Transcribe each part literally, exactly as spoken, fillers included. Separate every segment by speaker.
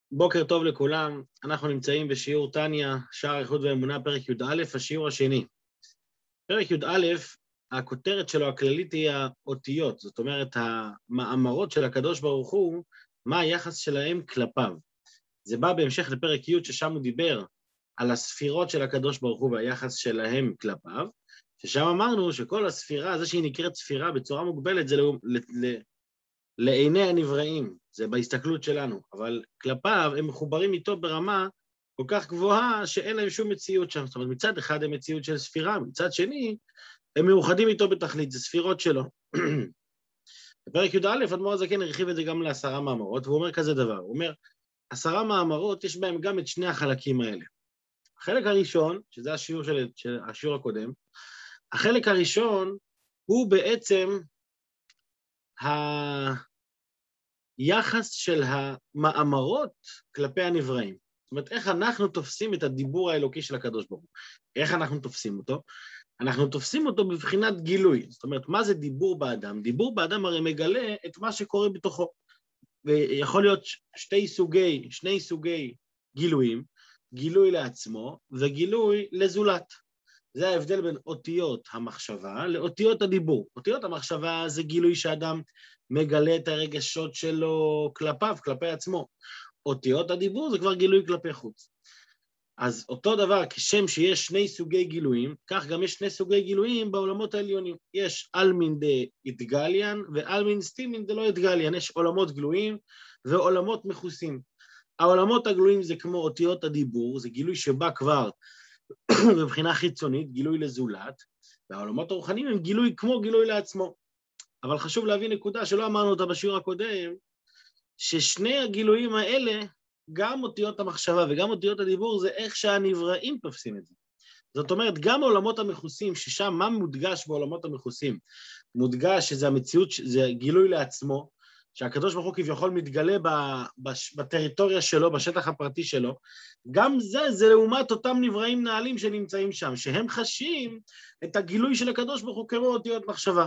Speaker 1: בוקר טוב לכולם, אנחנו נמצאים בשיעור תניה, שער איחוד ואמונה, פרק י"א, השיעור השני. פרק י"א, הכותרת שלו הכללית היא האותיות, זאת אומרת, המאמרות של הקדוש ברוך הוא, מה היחס שלהם כלפיו. זה בא בהמשך לפרק י' ששם הוא דיבר על הספירות של הקדוש ברוך הוא והיחס שלהם כלפיו, ששם אמרנו שכל הספירה, זה שהיא נקראת ספירה בצורה מוגבלת, זה לא, ל, לעיני הנבראים, זה בהסתכלות שלנו, אבל כלפיו הם מחוברים איתו ברמה כל כך גבוהה שאין להם שום מציאות שם. זאת אומרת, מצד אחד הם מציאות של ספירה, מצד שני הם מאוחדים איתו בתכלית, זה ספירות שלו. בפרק י"א, אדמו"ר הזקן הרחיב את זה גם לעשרה מאמרות, והוא אומר כזה דבר, הוא אומר, עשרה מאמרות יש בהם גם את שני החלקים האלה. החלק הראשון, שזה השיעור של, של השיעור הקודם, החלק הראשון הוא בעצם היחס של המאמרות כלפי הנבראים. זאת אומרת, איך אנחנו תופסים את הדיבור האלוקי של הקדוש ברוך הוא? איך אנחנו תופסים אותו? אנחנו תופסים אותו בבחינת גילוי. זאת אומרת, מה זה דיבור באדם? דיבור באדם הרי מגלה את מה שקורה בתוכו. ויכול להיות שתי סוגי, שני סוגי גילויים, גילוי לעצמו וגילוי לזולת. זה ההבדל בין אותיות המחשבה לאותיות הדיבור. אותיות המחשבה זה גילוי שאדם מגלה את הרגשות שלו כלפיו, כלפי עצמו. אותיות הדיבור זה כבר גילוי כלפי חוץ. אז אותו דבר, כשם שיש שני סוגי גילויים, כך גם יש שני סוגי גילויים בעולמות העליונים. יש אלמין דה איתגליאן ואלמין סטימין דה לא איתגליאן. יש עולמות גלויים ועולמות מכוסים. העולמות הגלויים זה כמו אותיות הדיבור, זה גילוי שבא כבר מבחינה חיצונית, גילוי לזולת, והעולמות הרוחניים הם גילוי כמו גילוי לעצמו. אבל חשוב להבין נקודה שלא אמרנו אותה בשיעור הקודם, ששני הגילויים האלה, גם אותיות המחשבה וגם אותיות הדיבור, זה איך שהנבראים תופסים את זה. זאת אומרת, גם עולמות המכוסים, ששם מה מודגש בעולמות המכוסים? מודגש שזה המציאות, זה גילוי לעצמו, שהקדוש ברוך הוא כביכול מתגלה בטריטוריה שלו, בשטח הפרטי שלו, גם זה, זה לעומת אותם נבראים נעלים שנמצאים שם, שהם חשים את הגילוי של הקדוש ברוך הוא כמו אותיות מחשבה.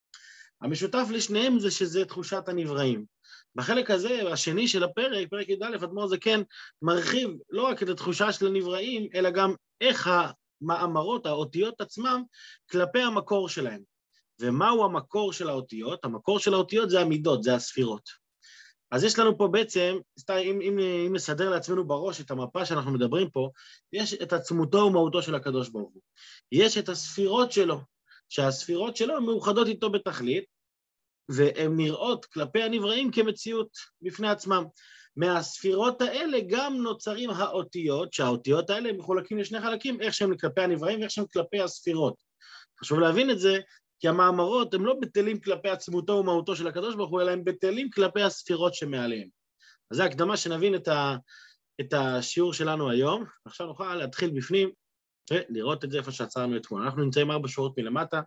Speaker 1: המשותף לשניהם זה שזה תחושת הנבראים. בחלק הזה, השני של הפרק, פרק י"א, אדמו"ר הזקן מרחיב לא רק את התחושה של הנבראים, אלא גם איך המאמרות, האותיות עצמם, כלפי המקור שלהם. ומהו המקור של האותיות? המקור של האותיות זה המידות, זה הספירות. אז יש לנו פה בעצם, אם, אם, אם נסדר לעצמנו בראש את המפה שאנחנו מדברים פה, יש את עצמותו ומהותו של הקדוש ברוך הוא. יש את הספירות שלו, שהספירות שלו מאוחדות איתו בתכלית, והן נראות כלפי הנבראים כמציאות בפני עצמם. מהספירות האלה גם נוצרים האותיות, שהאותיות האלה מחולקים לשני חלקים, איך שהם כלפי הנבראים ואיך שהם כלפי הספירות. חשוב להבין את זה, כי המאמרות הם לא בטלים כלפי עצמותו ומהותו של הקדוש ברוך הוא, אלא הם בטלים כלפי הספירות שמעליהם. אז זו הקדמה שנבין את, ה, את השיעור שלנו היום. עכשיו נוכל להתחיל בפנים ולראות את זה איפה שעצרנו אתמול. אנחנו נמצאים ארבע שורות מלמטה,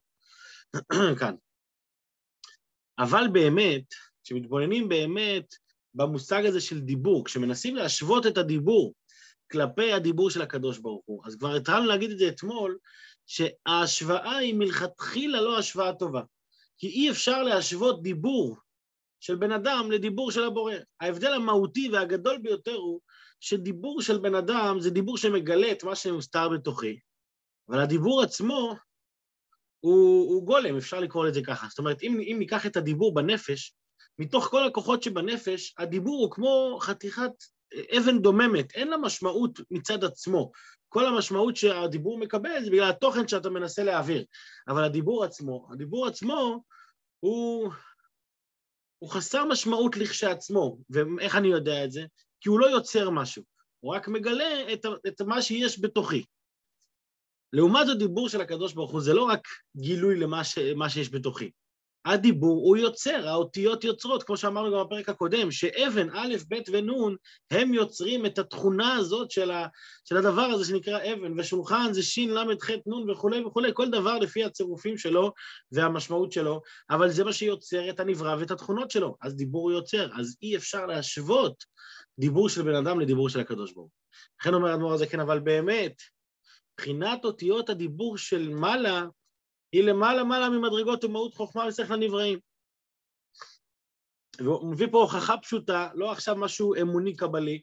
Speaker 1: כאן. אבל באמת, כשמתבוננים באמת במושג הזה של דיבור, כשמנסים להשוות את הדיבור כלפי הדיבור של הקדוש ברוך הוא, אז כבר התחלנו להגיד את זה אתמול, שההשוואה היא מלכתחילה לא השוואה טובה. כי אי אפשר להשוות דיבור של בן אדם לדיבור של הבורא. ההבדל המהותי והגדול ביותר הוא שדיבור של בן אדם זה דיבור שמגלה את מה שמוסתר בתוכי, אבל הדיבור עצמו הוא, הוא גולם, אפשר לקרוא לזה ככה. זאת אומרת, אם, אם ניקח את הדיבור בנפש, מתוך כל הכוחות שבנפש, הדיבור הוא כמו חתיכת אבן דוממת, אין לה משמעות מצד עצמו. כל המשמעות שהדיבור מקבל זה בגלל התוכן שאתה מנסה להעביר. אבל הדיבור עצמו, הדיבור עצמו הוא, הוא חסר משמעות לכשעצמו. ואיך אני יודע את זה? כי הוא לא יוצר משהו, הוא רק מגלה את, את מה שיש בתוכי. לעומת הדיבור של הקדוש ברוך הוא, זה לא רק גילוי למה ש, מה שיש בתוכי. הדיבור הוא יוצר, האותיות יוצרות, כמו שאמרנו גם בפרק הקודם, שאבן, א', ב' ונון, הם יוצרים את התכונה הזאת של, ה, של הדבר הזה שנקרא אבן, ושולחן זה שין, למד, ח', נון וכו' וכו', כל דבר לפי הצירופים שלו והמשמעות שלו, אבל זה מה שיוצר את הנברא ואת התכונות שלו, אז דיבור הוא יוצר, אז אי אפשר להשוות דיבור של בן אדם לדיבור של הקדוש ברוך הוא. לכן אומר אדמו"ר הזקן, אבל באמת, מבחינת אותיות הדיבור של מעלה, היא למעלה מעלה ממדרגות ומהות חוכמה ושכל הנבראים. והוא מביא פה הוכחה פשוטה, לא עכשיו משהו אמוני קבלי,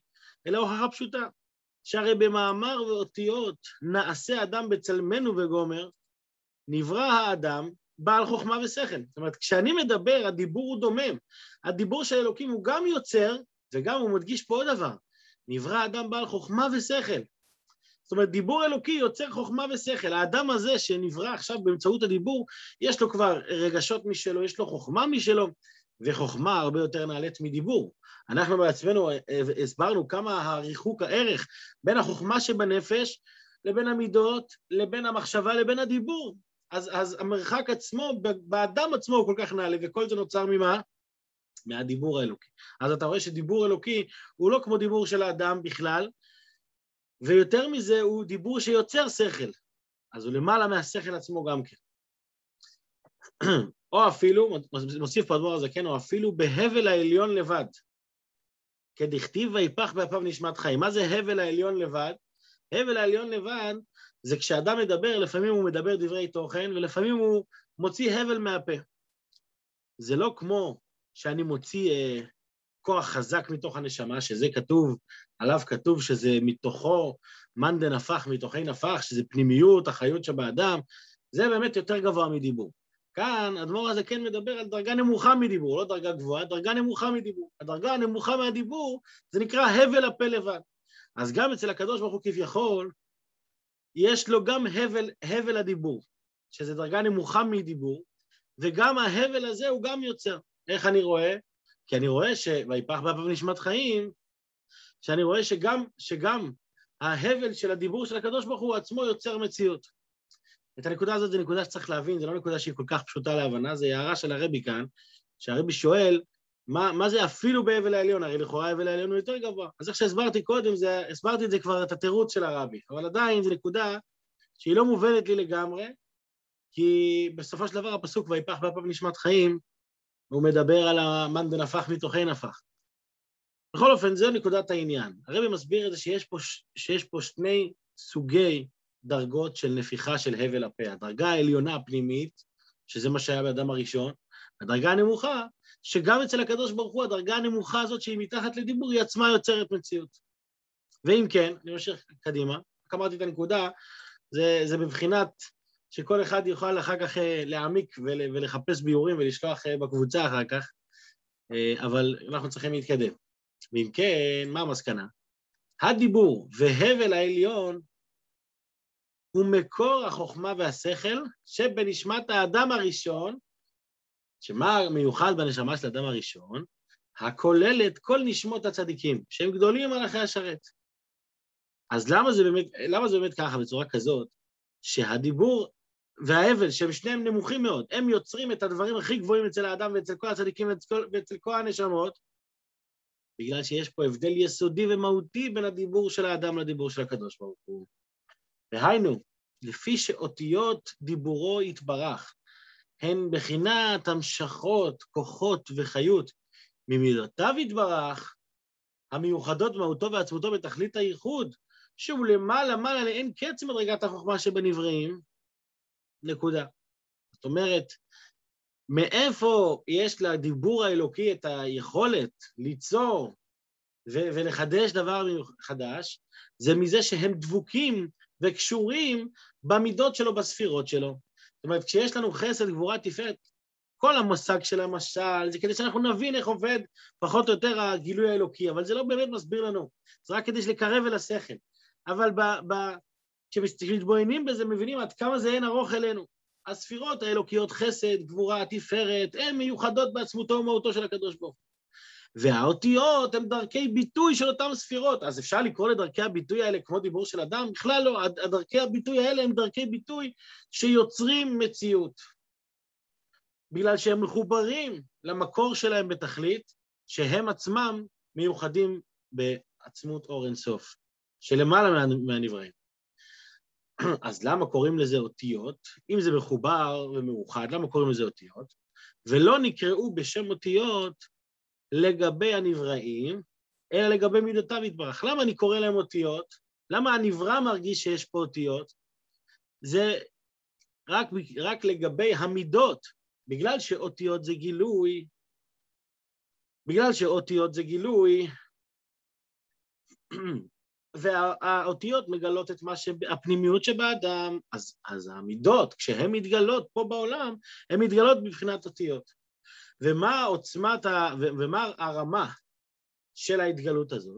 Speaker 1: אלא הוכחה פשוטה, שהרי במאמר ואותיות נעשה אדם בצלמנו וגומר, נברא האדם בעל חוכמה ושכל. זאת אומרת, כשאני מדבר, הדיבור הוא דומם. הדיבור של אלוקים הוא גם יוצר, וגם הוא מדגיש פה עוד דבר, נברא האדם בעל חוכמה ושכל. זאת אומרת, דיבור אלוקי יוצר חוכמה ושכל. האדם הזה שנברא עכשיו באמצעות הדיבור, יש לו כבר רגשות משלו, יש לו חוכמה משלו, וחוכמה הרבה יותר נעלית מדיבור. אנחנו בעצמנו הסברנו כמה הריחוק הערך בין החוכמה שבנפש, לבין המידות, לבין המחשבה, לבין הדיבור. אז, אז המרחק עצמו, באדם עצמו הוא כל כך נעלה, וכל זה נוצר ממה? מהדיבור האלוקי. אז אתה רואה שדיבור אלוקי הוא לא כמו דיבור של האדם בכלל, ויותר מזה הוא דיבור שיוצר שכל. אז הוא למעלה מהשכל עצמו גם כן. או אפילו, מוסיף פה אדמו"ר הזקן, או אפילו בהבל העליון לבד. כדכתיב ויפח באפיו נשמת חיים. מה זה הבל העליון לבד? הבל העליון לבד זה כשאדם מדבר, לפעמים הוא מדבר דברי תוכן, ולפעמים הוא מוציא הבל מהפה. זה לא כמו שאני מוציא אה, כוח חזק מתוך הנשמה, שזה כתוב, עליו כתוב שזה מתוכו, מאן דנפח מתוכי נפח, שזה פנימיות, החיות שבאדם, זה באמת יותר גבוה מדיבור. כאן אדמו"ר הזה כן מדבר על דרגה נמוכה מדיבור, לא דרגה גבוהה, דרגה נמוכה מדיבור. הדרגה הנמוכה מהדיבור זה נקרא הבל הפה לבד. אז גם אצל הקדוש ברוך הוא כביכול, יש לו גם הבל, הבל הדיבור, שזה דרגה נמוכה מדיבור, וגם ההבל הזה הוא גם יוצר. איך אני רואה? כי אני רואה שויפח באפיו נשמת חיים, שאני רואה שגם, שגם ההבל של הדיבור של הקדוש ברוך הוא עצמו יוצר מציאות. את הנקודה הזאת זה נקודה שצריך להבין, זה לא נקודה שהיא כל כך פשוטה להבנה, זה הערה של הרבי כאן, שהרבי שואל, מה, מה זה אפילו בהבל העליון? הרי לכאורה ההבל העליון הוא יותר גבוה. אז איך שהסברתי קודם, זה, הסברתי את זה כבר, את התירוץ של הרבי, אבל עדיין זו נקודה שהיא לא מובנת לי לגמרי, כי בסופו של דבר הפסוק, ויפח באפיו נשמת חיים, הוא מדבר על המאן דנפח מתוכי נפח. בכל אופן, זו נקודת העניין. הרבי מסביר את זה שיש פה, שיש פה שני סוגי דרגות של נפיחה של הבל הפה. הדרגה העליונה הפנימית, שזה מה שהיה באדם הראשון, הדרגה הנמוכה, שגם אצל הקדוש ברוך הוא, הדרגה הנמוכה הזאת שהיא מתחת לדיבור, היא עצמה יוצרת מציאות. ואם כן, אני ממשיך קדימה, רק אמרתי את הנקודה, זה, זה בבחינת שכל אחד יוכל אחר כך להעמיק ולחפש ביורים ולשלוח בקבוצה אחר כך, אבל אנחנו צריכים להתקדם. ואם כן, מה המסקנה? הדיבור והבל העליון הוא מקור החוכמה והשכל שבנשמת האדם הראשון, שמה מיוחד בנשמה של האדם הראשון, הכוללת כל נשמות הצדיקים, שהם גדולים מלאכי השרת. אז למה זה באמת, למה זה באמת ככה, בצורה כזאת, שהדיבור וההבל, שהם שניהם נמוכים מאוד, הם יוצרים את הדברים הכי גבוהים אצל האדם ואצל כל הצדיקים ואצל, ואצל כל הנשמות, בגלל שיש פה הבדל יסודי ומהותי בין הדיבור של האדם לדיבור של הקדוש ברוך הוא. והיינו, לפי שאותיות דיבורו יתברך, הן בחינת המשכות, כוחות וחיות, ממידותיו יתברך, המיוחדות מהותו ועצמותו בתכלית הייחוד, שהוא למעלה מעלה לאין קץ מדרגת החוכמה שבנבראים, נקודה. זאת אומרת, מאיפה יש לדיבור האלוקי את היכולת ליצור ו- ולחדש דבר חדש, זה מזה שהם דבוקים וקשורים במידות שלו, בספירות שלו. זאת אומרת, כשיש לנו חסד, גבורה, תפארת, כל המושג של המשל, זה כדי שאנחנו נבין איך עובד פחות או יותר הגילוי האלוקי, אבל זה לא באמת מסביר לנו, זה רק כדי לקרב אל השכל. אבל ב- ב- כשמתבוננים בזה, מבינים עד כמה זה אין ארוך אלינו. הספירות האלוקיות, חסד, גבורה, תפארת, הן מיוחדות בעצמותו ומהותו של הקדוש ברוך הוא. והאותיות הן דרכי ביטוי של אותן ספירות. אז אפשר לקרוא לדרכי הביטוי האלה כמו דיבור של אדם? בכלל לא, דרכי הביטוי האלה הן דרכי ביטוי שיוצרים מציאות. בגלל שהם מחוברים למקור שלהם בתכלית, שהם עצמם מיוחדים בעצמות אור אינסוף, שלמעלה מהנבראים. אז למה קוראים לזה אותיות? אם זה מחובר ומאוחד, למה קוראים לזה אותיות? ולא נקראו בשם אותיות לגבי הנבראים, אלא לגבי מידותיו יתברך. למה אני קורא להם אותיות? למה הנברא מרגיש שיש פה אותיות? זה רק, רק לגבי המידות, בגלל שאותיות זה גילוי, בגלל שאותיות זה גילוי, והאותיות מגלות את מה שהפנימיות שבאדם, אז, אז המידות, כשהן מתגלות פה בעולם, הן מתגלות בבחינת אותיות. ומה עוצמת, ה, ומה הרמה של ההתגלות הזאת?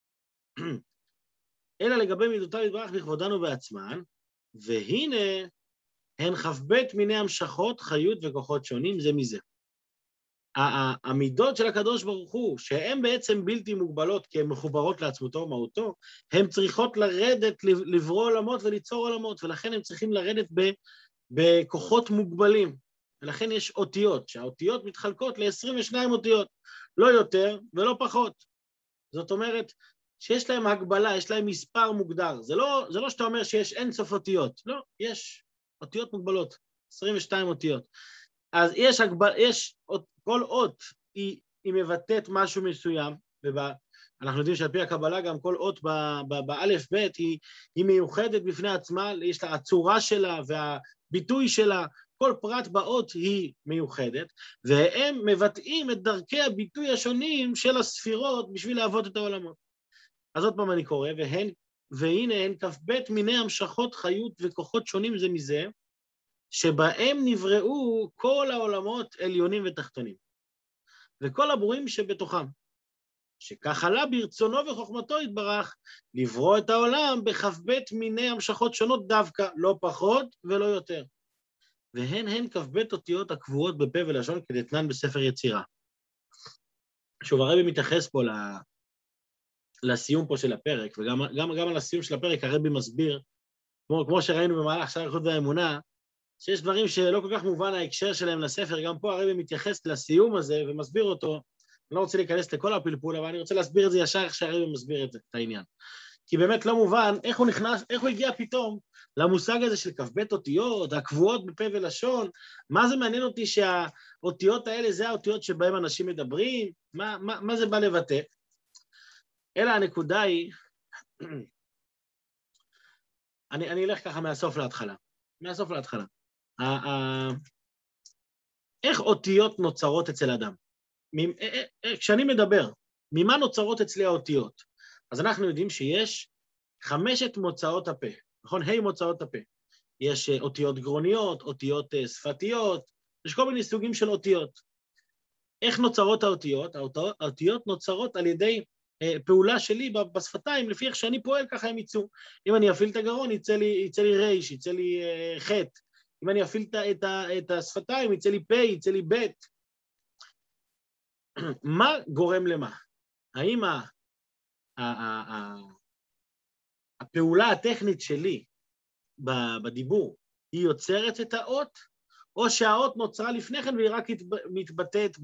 Speaker 1: אלא לגבי מידותיו יתברך בכבודנו בעצמן, והנה הן כ"ב מיני המשכות, חיות וכוחות שונים זה מזה. המידות של הקדוש ברוך הוא, שהן בעצם בלתי מוגבלות, כי הן מחוברות לעצמותו ומהותו, הן צריכות לרדת, לברוא עולמות וליצור עולמות, ולכן הן צריכים לרדת בכוחות מוגבלים. ולכן יש אותיות, שהאותיות מתחלקות ל-עשרים ושתיים אותיות, לא יותר ולא פחות. זאת אומרת, שיש להם הגבלה, יש להם מספר מוגדר. זה לא, זה לא שאתה אומר שיש אין סוף אותיות, לא, יש אותיות מוגבלות, עשרים ושתיים אותיות. אז יש, הגבל, יש כל אות היא, היא מבטאת משהו מסוים, ואנחנו יודעים שעל פי הקבלה גם כל אות באלף בית היא, היא מיוחדת בפני עצמה, יש לה הצורה שלה והביטוי שלה, כל פרט באות היא מיוחדת, והם מבטאים את דרכי הביטוי השונים של הספירות בשביל להוות את העולמות. אז עוד פעם אני קורא, והן, והנה הן כ"ב מיני המשכות, חיות וכוחות שונים זה מזה, שבהם נבראו כל העולמות עליונים ותחתונים, וכל הברואים שבתוכם, שכך עלה ברצונו וחוכמתו יתברך, לברוא את העולם בכ"ב מיני המשכות שונות דווקא, לא פחות ולא יותר. והן הן כ"ב אותיות הקבועות בפה ולשון כדתנן בספר יצירה. שוב, הרבי מתייחס פה לסיום פה של הפרק, וגם גם, גם על הסיום של הפרק הרבי מסביר, כמו, כמו שראינו במהלך שער האיכות והאמונה, שיש דברים שלא כל כך מובן ההקשר שלהם לספר, גם פה הרבי מתייחס לסיום הזה ומסביר אותו, אני לא רוצה להיכנס לכל הפלפול, אבל אני רוצה להסביר את זה ישר איך שהרבי מסביר את, זה, את העניין. כי באמת לא מובן איך הוא נכנס, איך הוא הגיע פתאום למושג הזה של כ"ב אותיות, הקבועות בפה ולשון, מה זה מעניין אותי שהאותיות האלה זה האותיות שבהם אנשים מדברים, מה, מה, מה זה בא לבטא? אלא הנקודה היא, אני, אני אלך ככה מהסוף להתחלה, מהסוף להתחלה. איך אותיות נוצרות אצל אדם? כשאני מדבר, ממה נוצרות אצלי האותיות? אז אנחנו יודעים שיש חמשת מוצאות הפה, נכון? היי מוצאות הפה. יש אותיות גרוניות, אותיות שפתיות, יש כל מיני סוגים של אותיות. איך נוצרות האותיות? האותיות נוצרות על ידי פעולה שלי בשפתיים, לפי איך שאני פועל, ככה הם יצאו. אם אני אפעיל את הגרון, יצא לי, יצא לי רייש, יצא לי חטא. אם אני אפעיל את, את השפתיים, יצא לי פי, יצא לי בית. מה גורם למה? האם ה, ה, ה, ה, הפעולה הטכנית שלי בדיבור היא יוצרת את האות, או שהאות נוצרה לפני כן והיא רק מתבטאת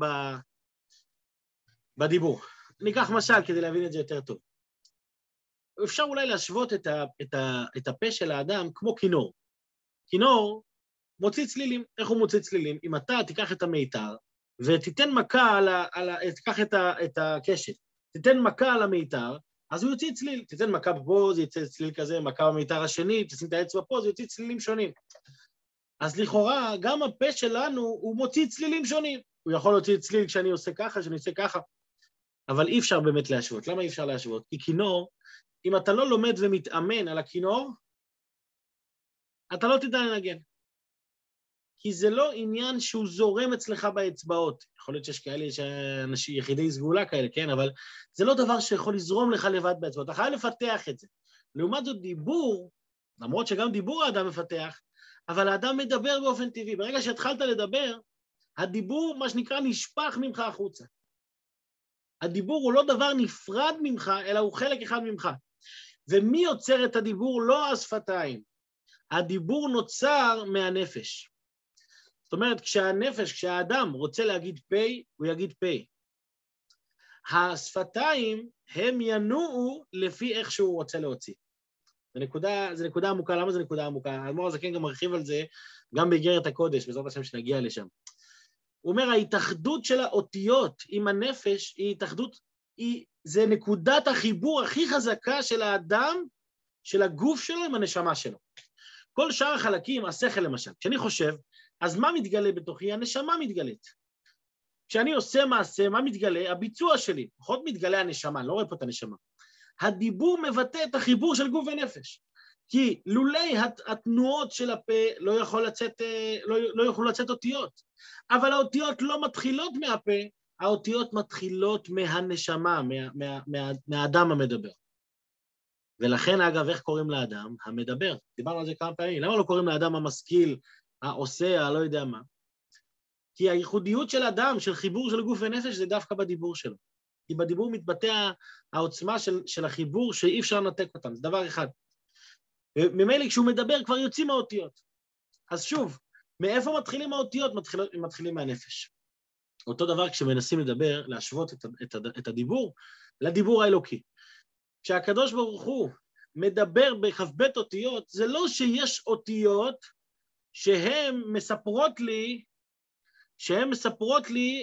Speaker 1: בדיבור? ניקח משל כדי להבין את זה יותר טוב. אפשר אולי להשוות את, ה, את, ה, את הפה של האדם כמו כינור. כינור מוציא צלילים. איך הוא מוציא צלילים? אם אתה תיקח את המיתר ותיתן מכה על ה... על ה תיקח את, ה, את הקשת, תיתן מכה על המיתר, אז הוא יוציא צליל. תיתן מכה פה, זה יצא צליל כזה, מכה במיתר השני, תשים את האצבע פה, זה יוציא צלילים שונים. אז לכאורה, גם הפה שלנו הוא מוציא צלילים שונים. הוא יכול להוציא צליל כשאני עושה ככה, כשאני עושה ככה. אבל אי אפשר באמת להשוות. למה אי אפשר להשוות? כי כינור, אם אתה לא לומד ומתאמן על הכינור, אתה לא תדע לנגן. כי זה לא עניין שהוא זורם אצלך באצבעות. יכול להיות שיש כאלה, שאנשים יחידי סגולה כאלה, כן? אבל זה לא דבר שיכול לזרום לך לבד באצבעות. אתה חייב לפתח את זה. לעומת זאת דיבור, למרות שגם דיבור האדם מפתח, אבל האדם מדבר באופן טבעי. ברגע שהתחלת לדבר, הדיבור, מה שנקרא, נשפך ממך החוצה. הדיבור הוא לא דבר נפרד ממך, אלא הוא חלק אחד ממך. ומי יוצר את הדיבור? לא השפתיים. הדיבור נוצר מהנפש. זאת אומרת, כשהנפש, כשהאדם רוצה להגיד פי, הוא יגיד פי. השפתיים הם ינועו לפי איך שהוא רוצה להוציא. זו נקודה, זו נקודה עמוקה. למה זו נקודה עמוקה? האדמו"ר הזקן גם מרחיב על זה, גם באיגרת הקודש, בעזרת השם שנגיע לשם. הוא אומר, ההתאחדות של האותיות עם הנפש, היא התאחדות, היא, זה נקודת החיבור הכי חזקה של האדם, של הגוף שלו עם הנשמה שלו. כל שאר החלקים, השכל למשל, כשאני חושב, אז מה מתגלה בתוכי? הנשמה מתגלית. כשאני עושה מעשה, מה מתגלה? הביצוע שלי. פחות מתגלה הנשמה, לא רואה פה את הנשמה. הדיבור מבטא את החיבור של גוף ונפש. כי לולי התנועות של הפה לא יכול לצאת, לא, לא יוכלו לצאת אותיות. אבל האותיות לא מתחילות מהפה, האותיות מתחילות מהנשמה, מה, מה, מה, מהאדם המדבר. ולכן, אגב, איך קוראים לאדם? המדבר. דיברנו על זה כמה פעמים. למה לא קוראים לאדם המשכיל, העושה, הלא יודע מה? כי הייחודיות של אדם, של חיבור של גוף ונפש, זה דווקא בדיבור שלו. כי בדיבור מתבטא העוצמה של, של החיבור שאי אפשר לנתק אותם. זה דבר אחד. וממילא כשהוא מדבר כבר יוצאים האותיות. אז שוב, מאיפה מתחילים האותיות? מתחילים, מתחילים מהנפש. אותו דבר כשמנסים לדבר, להשוות את, את, את הדיבור לדיבור האלוקי. כשהקדוש ברוך הוא מדבר בכ"ב אותיות, זה לא שיש אותיות שהן מספרות לי, שהן מספרות לי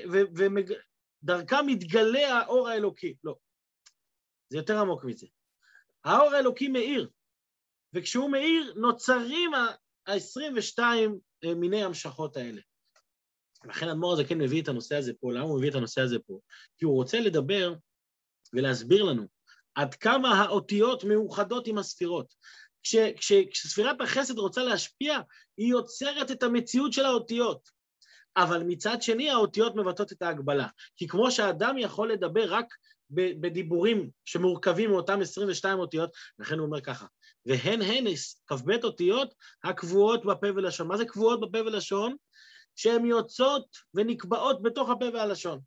Speaker 1: ודרכם מתגלה האור האלוקי. לא. זה יותר עמוק מזה. האור האלוקי מאיר, וכשהוא מאיר נוצרים ה-עשרים ושתיים מיני המשכות האלה. לכן אדמו"ר הזקן מביא את הנושא הזה פה. למה הוא מביא את הנושא הזה פה? כי הוא רוצה לדבר ולהסביר לנו עד כמה האותיות מאוחדות עם הספירות. כש, כש, כשספירת החסד רוצה להשפיע, היא יוצרת את המציאות של האותיות. אבל מצד שני, האותיות מבטאות את ההגבלה. כי כמו שהאדם יכול לדבר רק בדיבורים שמורכבים מאותם עשרים ושתיים אותיות, לכן הוא אומר ככה, והן הן כ"ב אותיות הקבועות בפה ולשון. מה זה קבועות בפה ולשון? שהן יוצאות ונקבעות בתוך הפה והלשון.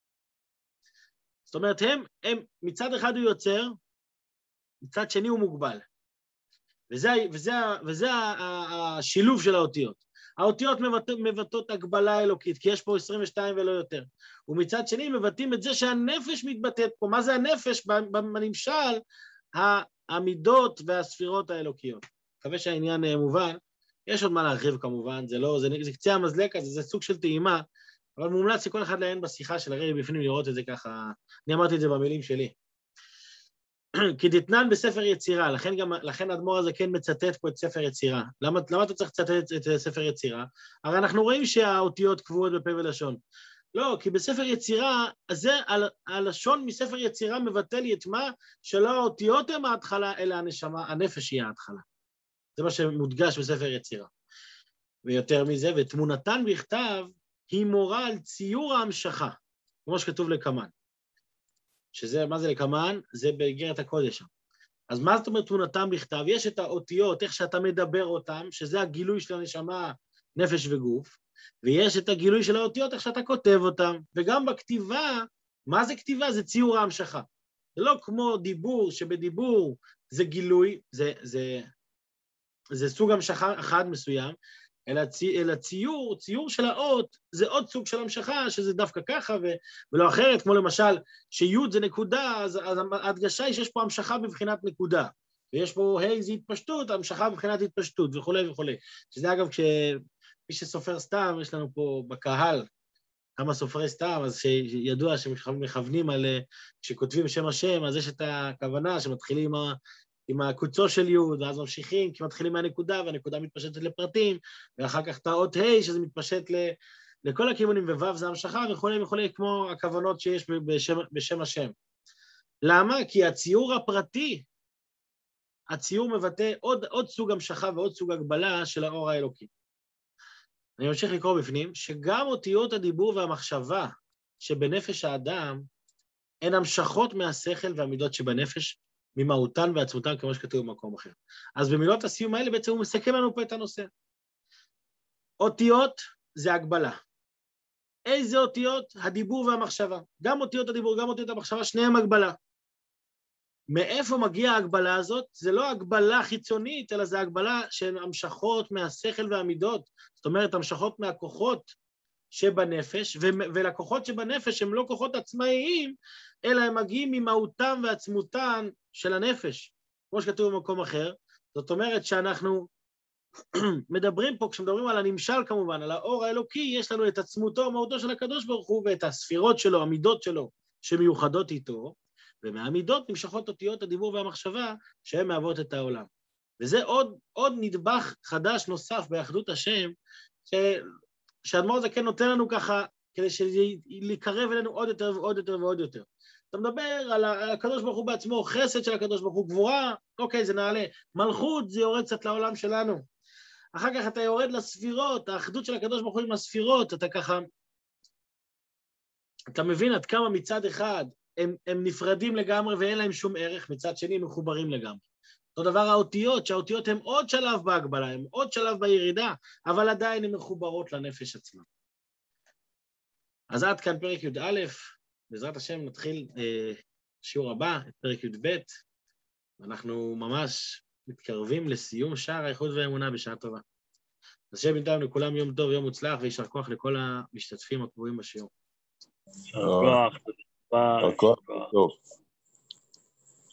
Speaker 1: זאת אומרת, הם, הם, מצד אחד הוא יוצר, מצד שני הוא מוגבל. וזה, וזה, וזה השילוב של האותיות. האותיות מבטאות הגבלה אלוקית, כי יש פה עשרים ושתיים ולא יותר. ומצד שני מבטאים את זה שהנפש מתבטאת פה. מה זה הנפש? בנמשל, המידות והספירות האלוקיות. מקווה שהעניין מובן. יש עוד מה להרחיב כמובן, זה לא, זה, זה קצה המזלג הזה, זה סוג של טעימה, אבל מומלץ לכל אחד לעיין בשיחה של הרבי בפנים לראות את זה ככה. אני אמרתי את זה במילים שלי. כי דתנן בספר יצירה, לכן גם, לכן אדמו"ר הזה כן מצטט פה את ספר יצירה. למה, למה אתה צריך לצטט את, את ספר יצירה? הרי אנחנו רואים שהאותיות קבועות בפה ולשון. לא, כי בספר יצירה, זה, הלשון מספר יצירה מבטא לי את מה? שלא האותיות הם ההתחלה, אלא הנשמה, הנפש היא ההתחלה. זה מה שמודגש בספר יצירה. ויותר מזה, ותמונתן בכתב היא מורה על ציור ההמשכה, כמו שכתוב לקמן. שזה, מה זה לקמן? זה באיגרת הקודש. אז מה זאת אומרת תמונתם בכתב? יש את האותיות, איך שאתה מדבר אותם, שזה הגילוי של הנשמה, נפש וגוף, ויש את הגילוי של האותיות, איך שאתה כותב אותם. וגם בכתיבה, מה זה כתיבה? זה ציור ההמשכה. זה לא כמו דיבור, שבדיבור זה גילוי, זה, זה, זה סוג המשכה אחד מסוים, אלא, צי, אלא ציור, ציור של האות, זה עוד סוג של המשכה, שזה דווקא ככה ו, ולא אחרת, כמו למשל, שיוד זה נקודה, אז, אז ההדגשה היא שיש פה המשכה בבחינת נקודה, ויש פה היי זה התפשטות, המשכה בבחינת התפשטות, וכו' וכו'. שזה אגב, כשמי שסופר סתם, יש לנו פה בקהל, כמה סופרי סתם, אז שידוע שמכוונים על, כשכותבים שם השם, אז יש את הכוונה שמתחילים עם עם הקוצו של יוד, ואז ממשיכים, כי מתחילים מהנקודה, והנקודה מתפשטת לפרטים, ואחר כך את האות ה' שזה מתפשט ל, לכל הכיוונים, וו' זה המשכה, וכו' וכו', כמו הכוונות שיש בשם, בשם השם. למה? כי הציור הפרטי, הציור מבטא עוד, עוד סוג המשכה ועוד סוג הגבלה של האור האלוקי. אני ממשיך לקרוא בפנים, שגם אותיות הדיבור והמחשבה שבנפש האדם, הן המשכות מהשכל והמידות שבנפש, ממהותן ועצמותן, כמו שכתוב במקום אחר. אז במילות הסיום האלה בעצם הוא מסכם לנו פה את הנושא. אותיות זה הגבלה. איזה אותיות? הדיבור והמחשבה. גם אותיות הדיבור, גם אותיות המחשבה, שניהם הגבלה. מאיפה מגיעה ההגבלה הזאת? זה לא הגבלה חיצונית, אלא זה הגבלה של המשכות מהשכל והמידות. זאת אומרת, המשכות מהכוחות שבנפש, ולכוחות שבנפש הם לא כוחות עצמאיים, אלא הם מגיעים ממהותם ועצמותן של הנפש, כמו שכתוב במקום אחר. זאת אומרת שאנחנו מדברים פה, כשמדברים על הנמשל כמובן, על האור האלוקי, יש לנו את עצמותו ומהותו של הקדוש ברוך הוא, ואת הספירות שלו, המידות שלו, שמיוחדות איתו, ומהמידות נמשכות אותיות הדיבור והמחשבה, שהן מהוות את העולם. וזה עוד, עוד נדבך חדש נוסף באחדות השם, ש... שהאדמו"ר הזקן נותן לנו ככה, כדי לקרב אלינו עוד יותר ועוד יותר ועוד יותר. אתה מדבר על הקדוש ברוך הוא בעצמו, חסד של הקדוש ברוך הוא, גבורה, אוקיי, זה נעלה. מלכות, זה יורד קצת לעולם שלנו. אחר כך אתה יורד לספירות, האחדות של הקדוש ברוך הוא עם הספירות, אתה ככה, אתה מבין עד כמה מצד אחד הם, הם נפרדים לגמרי ואין להם שום ערך, מצד שני הם מחוברים לגמרי. אותו דבר האותיות, שהאותיות הן עוד שלב בהגבלה, הן עוד שלב בירידה, אבל עדיין הן מחוברות לנפש עצמה. אז עד כאן פרק י"א, בעזרת השם נתחיל אה, שיעור הבא, את פרק י"ב, ואנחנו ממש מתקרבים לסיום שער האיחוד והאמונה בשעה טובה. אז שיהיה בינתיים לכולם יום טוב, יום מוצלח, וישר כוח לכל המשתתפים הקבועים בשיעור.
Speaker 2: יישר כוח, יישר כוח.